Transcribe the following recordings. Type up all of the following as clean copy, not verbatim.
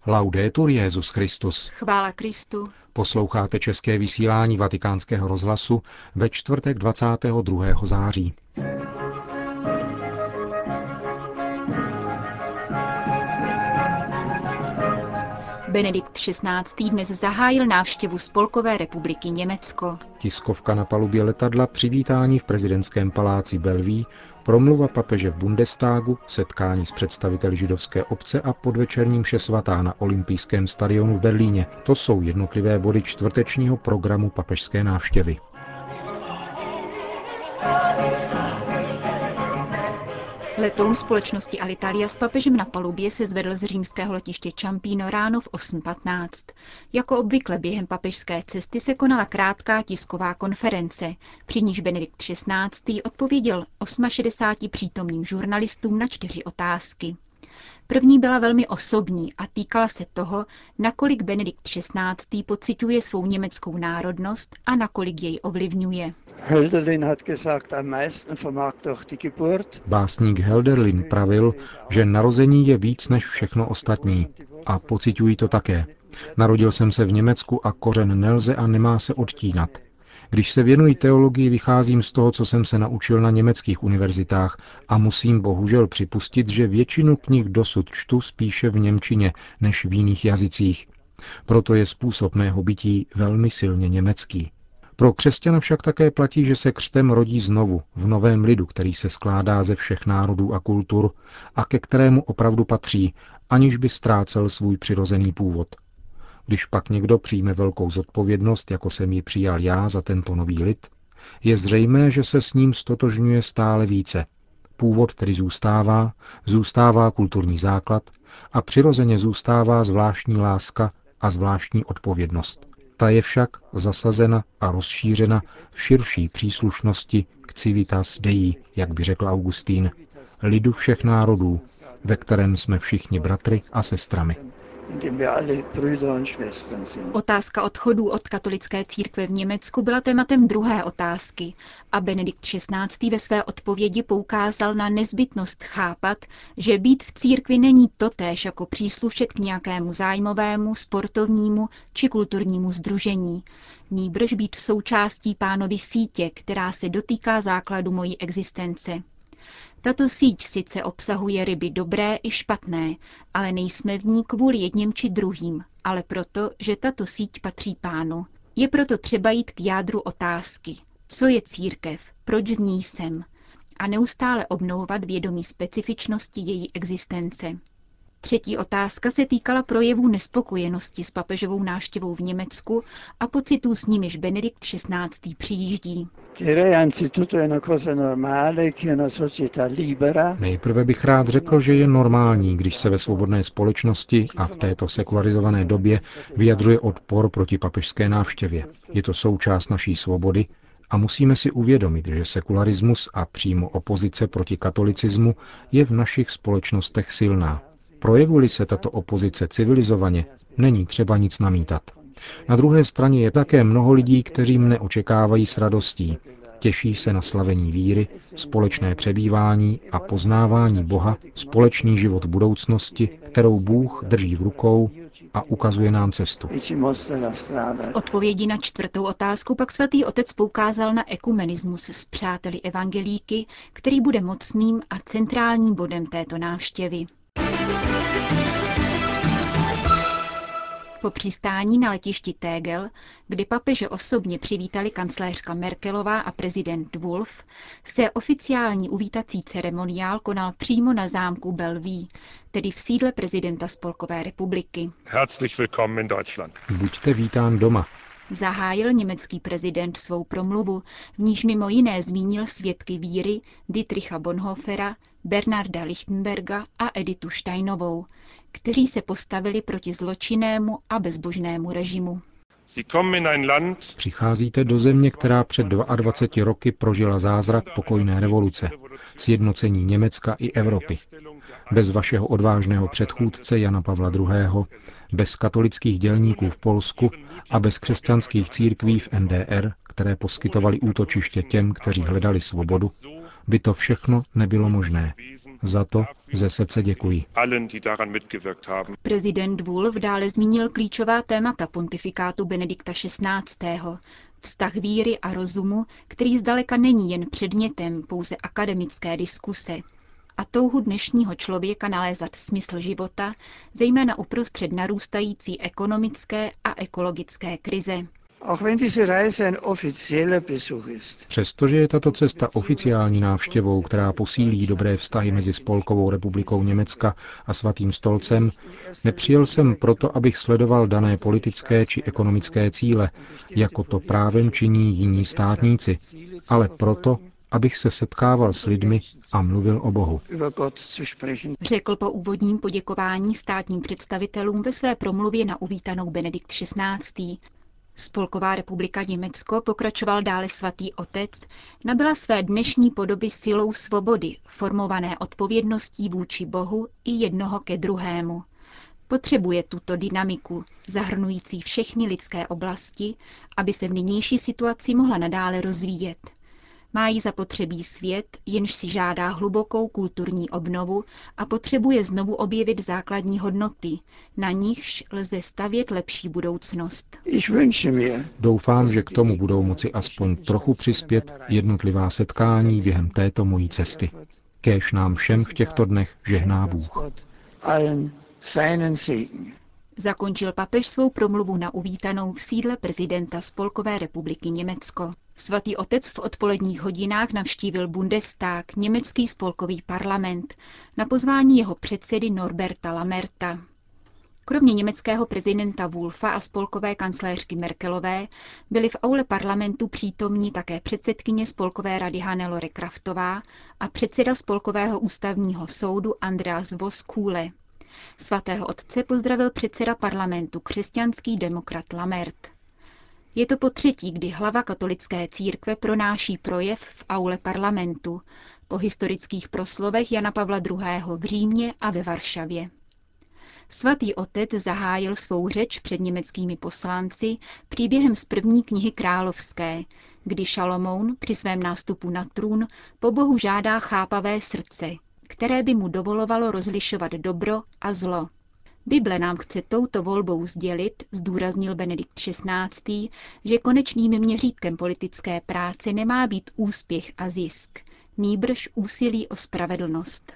Laudetur Jesus Christus. Chvála Kristu. Posloucháte české vysílání Vatikánského rozhlasu ve čtvrtek 22. září. Benedikt XVI. Dnes zahájil návštěvu Spolkové republiky Německo. Tiskovka na palubě letadla, přivítání v prezidentském paláci Bellevue, promluva papeže v Bundestagu, setkání s představiteli židovské obce a podvečerní mše svatá na olympijském stadionu v Berlíně. To jsou jednotlivé body čtvrtečního programu papežské návštěvy. Letoun společnosti Alitalia s papežem na palubě se zvedl z římského letiště Ciampino ráno v 8:15. Jako obvykle během papežské cesty se konala krátká tisková konference, při níž Benedikt XVI. Odpověděl 68 přítomným žurnalistům na 4 otázky. První byla velmi osobní a týkala se toho, nakolik Benedikt XVI. Pociťuje svou německou národnost a nakolik jej ovlivňuje. Básník Hölderlin pravil, že narození je víc než všechno ostatní. A pociťuji to také. Narodil jsem se v Německu a kořen nelze a nemá se odtínat. Když se věnuji teologii, vycházím z toho, co jsem se naučil na německých univerzitách a musím bohužel připustit, že většinu knih dosud čtu spíše v němčině než v jiných jazycích. Proto je způsob mého bytí velmi silně německý. Pro křesťana však také platí, že se křtem rodí znovu, v novém lidu, který se skládá ze všech národů a kultur a ke kterému opravdu patří, aniž by ztrácel svůj přirozený původ. Když pak někdo přijme velkou zodpovědnost, jako jsem ji přijal já za tento nový lid, je zřejmé, že se s ním stotožňuje stále více. Původ tedy zůstává kulturní základ a přirozeně zůstává zvláštní láska a zvláštní odpovědnost. Ta je však zasazena a rozšířena v širší příslušnosti k civitas Dei, jak by řekl Augustín, lidu všech národů, ve kterém jsme všichni bratry a sestrami. Otázka odchodů od katolické církve v Německu byla tématem druhé otázky a Benedikt XVI. Ve své odpovědi poukázal na nezbytnost chápat, že být v církvi není totéž jako příslušet k nějakému zájmovému, sportovnímu či kulturnímu sdružení. Nýbrž být součástí Pánovy sítě, která se dotýká základu mojí existence. Tato síť sice obsahuje ryby dobré i špatné, ale nejsme v ní kvůli jedním či druhým, ale proto, že tato síť patří Pánu. Je proto třeba jít k jádru otázky. Co je církev? Proč v ní jsem? A neustále obnovovat vědomí specifičnosti její existence. Třetí otázka se týkala projevů nespokojenosti s papežovou návštěvou v Německu a pocitů, s nimiž Benedikt XVI. Přijíždí. Nejprve bych rád řekl, že je normální, když se ve svobodné společnosti a v této sekularizované době vyjadřuje odpor proti papežské návštěvě. Je to součást naší svobody a musíme si uvědomit, že sekularismus a přímo opozice proti katolicismu je v našich společnostech silná. Projevuje-li se tato opozice civilizovaně, není třeba nic namítat. Na druhé straně je také mnoho lidí, kteří mne očekávají s radostí. Těší se na slavení víry, společné přebývání a poznávání Boha, společný život budoucnosti, kterou Bůh drží v rukou a ukazuje nám cestu. V odpovědi na čtvrtou otázku pak svatý otec poukázal na ekumenismus s přáteli evangelíky, který bude mocným a centrálním bodem této návštěvy. Po přistání na letišti Tegel, kde papeže osobně přivítali kancléřka Merkelová a prezident Wolf, se oficiální uvítací ceremoniál konal přímo na zámku Bellevue, tedy v sídle prezidenta Spolkové republiky. Herzlich willkommen in Deutschland. Buďte vítán doma. Zahájil německý prezident svou promluvu, v níž mimo jiné zmínil svědky víry Dietricha Bonhoeffera, Bernarda Lichtenberga a Editu Steinovou, kteří se postavili proti zločinnému a bezbožnému režimu. Přicházíte do země, která před 22 roky prožila zázrak pokojné revoluce, sjednocení Německa i Evropy. Bez vašeho odvážného předchůdce Jana Pavla II., bez katolických dělníků v Polsku a bez křesťanských církví v NDR, které poskytovaly útočiště těm, kteří hledali svobodu, by to všechno nebylo možné. Za to ze srdce děkuji. Prezident Wolf dále zmínil klíčová témata pontifikátu Benedikta XVI. Vztah víry a rozumu, který zdaleka není jen předmětem pouze akademické diskuse, a touhu dnešního člověka nalézat smysl života, zejména uprostřed narůstající ekonomické a ekologické krize. Přestože je tato cesta oficiální návštěvou, která posílí dobré vztahy mezi Spolkovou republikou Německa a Svatým stolcem, nepřijel jsem proto, abych sledoval dané politické či ekonomické cíle, jako to právem činí jiní státníci, ale proto, abych se setkával s lidmi a mluvil o Bohu. Řekl po úvodním poděkování státním představitelům ve své promluvě na uvítanou Benedikt XVI. Spolková republika Německo, pokračoval dále svatý otec, nabyla své dnešní podoby silou svobody, formované odpovědností vůči Bohu i jednoho ke druhému. Potřebuje tuto dynamiku, zahrnující všechny lidské oblasti, aby se v nynější situaci mohla nadále rozvíjet. Má jí zapotřebí svět, jenž si žádá hlubokou kulturní obnovu a potřebuje znovu objevit základní hodnoty, na nichž lze stavět lepší budoucnost. Doufám, že k tomu budou moci aspoň trochu přispět jednotlivá setkání během této mojí cesty. Kéž nám všem v těchto dnech žehná Bůh. Zakončil papež svou promluvu na uvítanou v sídle prezidenta Spolkové republiky Německo. Svatý otec v odpoledních hodinách navštívil Bundestag, německý spolkový parlament, na pozvání jeho předsedy Norberta Lammerta. Kromě německého prezidenta Wolfa a spolkové kancléřky Merkelové byli v aule parlamentu přítomní také předsedkyně spolkové rady Hannelore Kraftová a předseda spolkového ústavního soudu Andreas Voskuhle. Svatého otce pozdravil předseda parlamentu křesťanský demokrat Lammert. Je to potřetí, kdy hlava katolické církve pronáší projev v aule parlamentu, po historických proslovech Jana Pavla II. V Římě a ve Varšavě. Svatý otec zahájil svou řeč před německými poslanci příběhem z první knihy královské, kdy Šalomoun při svém nástupu na trůn po Bohu žádá chápavé srdce, které by mu dovolovalo rozlišovat dobro a zlo. Bible nám chce touto volbou sdělit, zdůraznil Benedikt XVI., že konečným měřítkem politické práce nemá být úspěch a zisk, nýbrž úsilí o spravedlnost.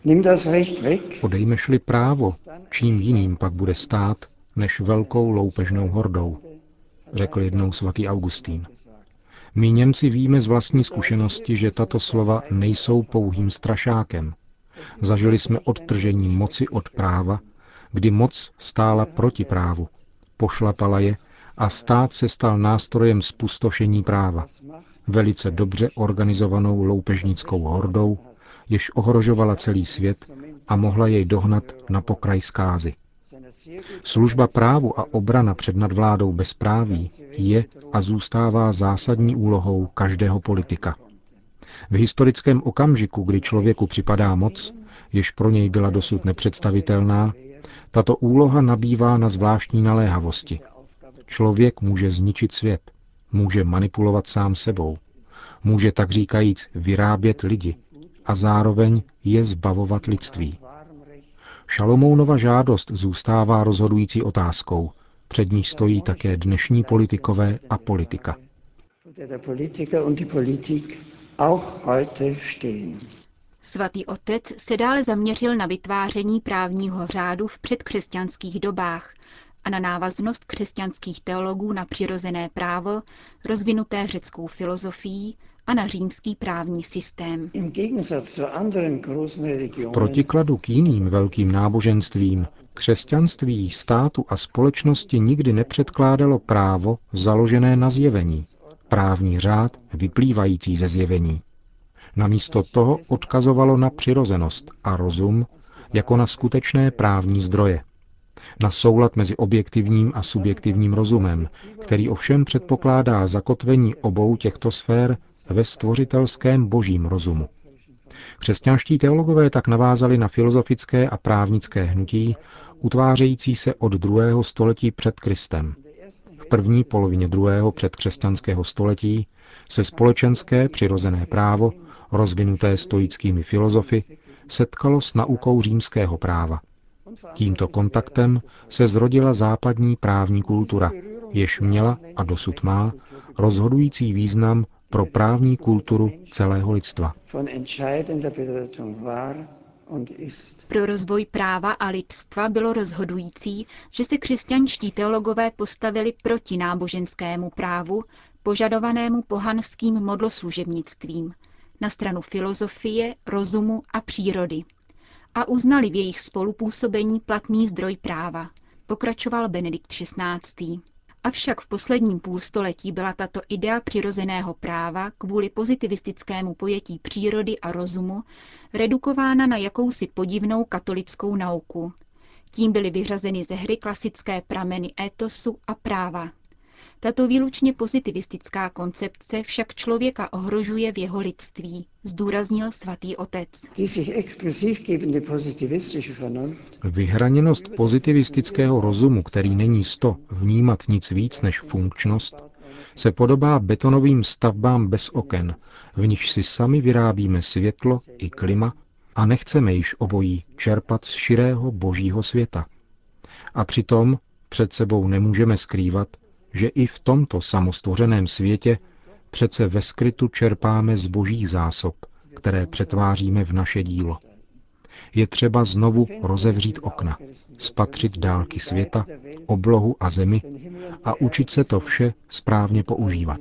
Odejmeš-li právo, čím jiným pak bude stát, než velkou loupežnou hordou, řekl jednou svatý Augustín. My Němci víme z vlastní zkušenosti, že tato slova nejsou pouhým strašákem. Zažili jsme odtržení moci od práva, kdy moc stála proti právu, pošlapala je a stát se stal nástrojem zpustošení práva. Velice dobře organizovanou loupežnickou hordou, jež ohrožovala celý svět a mohla jej dohnat na pokraj zkázy. Služba právu a obrana před nadvládou bezpráví je a zůstává zásadní úlohou každého politika. V historickém okamžiku, kdy člověku připadá moc, jež pro něj byla dosud nepředstavitelná, tato úloha nabývá na zvláštní naléhavosti. Člověk může zničit svět, může manipulovat sám sebou, může tak říkajíc vyrábět lidi a zároveň je zbavovat lidství. Šalomounova žádost zůstává rozhodující otázkou, před níž stojí také dnešní politikové a politika. Svatý otec se dále zaměřil na vytváření právního řádu v předkřesťanských dobách a na návaznost křesťanských teologů na přirozené právo, rozvinuté řeckou filozofií a na římský právní systém. V protikladu k jiným velkým náboženstvím křesťanství státu a společnosti nikdy nepředkládalo právo založené na zjevení, právní řád vyplývající ze zjevení. Namísto toho odkazovalo na přirozenost a rozum jako na skutečné právní zdroje. Na soulad mezi objektivním a subjektivním rozumem, který ovšem předpokládá zakotvení obou těchto sfér ve stvořitelském božím rozumu. Křesťanští teologové tak navázali na filozofické a právnické hnutí, utvářející se od 2. století před Kristem. V první polovině 2. předkřesťanského století se společenské přirozené právo rozvinuté stoickými filozofy, setkalo s naukou římského práva. Tímto kontaktem se zrodila západní právní kultura, jež měla a dosud má rozhodující význam pro právní kulturu celého lidstva. Pro rozvoj práva a lidstva bylo rozhodující, že se křesťanští teologové postavili proti náboženskému právu, požadovanému pohanským modloslužebnictvím, na stranu filozofie, rozumu a přírody a uznali v jejich spolupůsobení platný zdroj práva, pokračoval Benedikt XVI. Avšak v posledním půlstoletí byla tato idea přirozeného práva kvůli pozitivistickému pojetí přírody a rozumu redukována na jakousi podivnou katolickou nauku. Tím byly vyřazeny ze hry klasické prameny étosu a práva. Tato výlučně pozitivistická koncepce však člověka ohrožuje v jeho lidství, zdůraznil svatý otec. Vyhraněnost pozitivistického rozumu, který není sto vnímat nic víc než funkčnost, se podobá betonovým stavbám bez oken, v nichž si sami vyrábíme světlo i klima a nechceme již obojí čerpat z širého božího světa. A přitom před sebou nemůžeme skrývat, že i v tomto samostvořeném světě přece ve skrytu čerpáme z božích zásob, které přetváříme v naše dílo. Je třeba znovu rozevřít okna, spatřit dálky světa, oblohu a zemi a učit se to vše správně používat.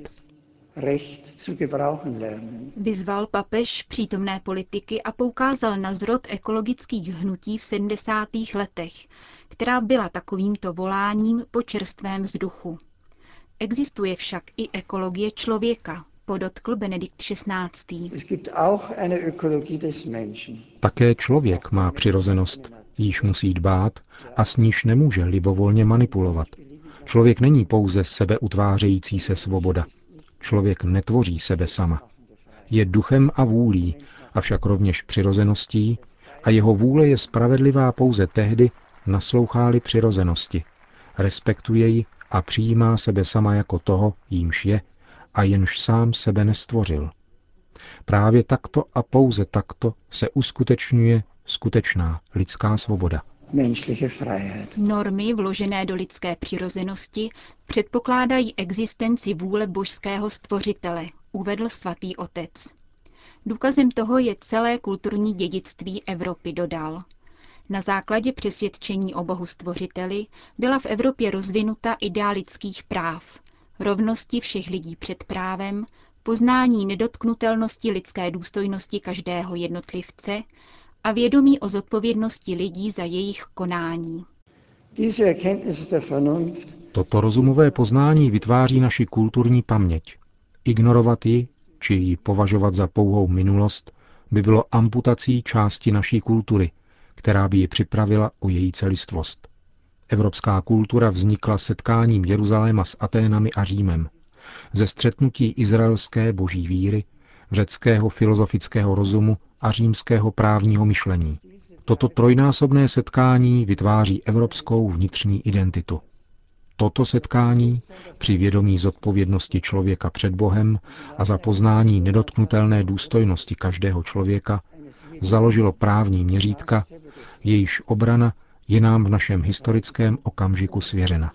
Vyzval papež přítomné politiky a poukázal na zrod ekologických hnutí v 70. letech, která byla takovýmto voláním po čerstvém vzduchu. Existuje však i ekologie člověka, podotkl Benedikt XVI. Také člověk má přirozenost, jíž musí dbát a s níž nemůže libovolně manipulovat. Člověk není pouze sebeutvářející se svoboda. Člověk netvoří sebe sama. Je duchem a vůlí, avšak rovněž přirozeností, a jeho vůle je spravedlivá pouze tehdy, naslouchá-li přirozenosti, respektuje ji a přijímá sebe sama jako toho, jímž je, a jenž sám sebe nestvořil. Právě takto a pouze takto se uskutečňuje skutečná lidská svoboda. Normy vložené do lidské přirozenosti předpokládají existenci vůle božského stvořitele, uvedl svatý otec. Důkazem toho je celé kulturní dědictví Evropy, dodal. Na základě přesvědčení o Bohu stvořiteli byla v Evropě rozvinuta idea lidských práv, rovnosti všech lidí před právem, poznání nedotknutelnosti lidské důstojnosti každého jednotlivce a vědomí o zodpovědnosti lidí za jejich konání. Toto rozumové poznání vytváří naši kulturní paměť. Ignorovat ji, či ji považovat za pouhou minulost, by bylo amputací části naší kultury, která by ji připravila o její celistvost. Evropská kultura vznikla setkáním Jeruzaléma s Aténami a Římem, ze střetnutí izraelské boží víry, řeckého filozofického rozumu a římského právního myšlení. Toto trojnásobné setkání vytváří evropskou vnitřní identitu. Toto setkání při vědomí zodpovědnosti člověka před Bohem a za poznání nedotknutelné důstojnosti každého člověka založilo právní měřítka, jejíž obrana je nám v našem historickém okamžiku svěřena.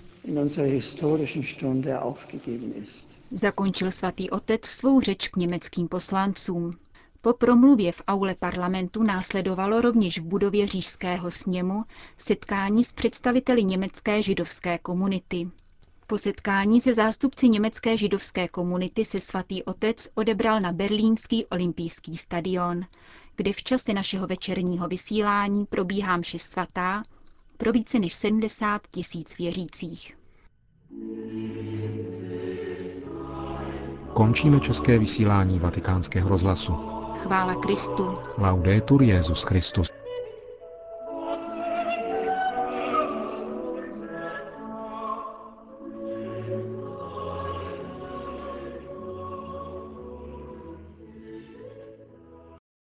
Zakončil svatý otec svou řeč k německým poslancům. Po promluvě v aule parlamentu následovalo rovněž v budově Říšského sněmu setkání s představiteli německé židovské komunity. Po setkání se zástupci německé židovské komunity se svatý otec odebral na berlínský olympijský stadion, kde v čase našeho večerního vysílání probíhá mše svatá pro více než 70 000 věřících. Končíme české vysílání Vatikánského rozhlasu. Chvála Kristu. Laudetur Jesus Christus.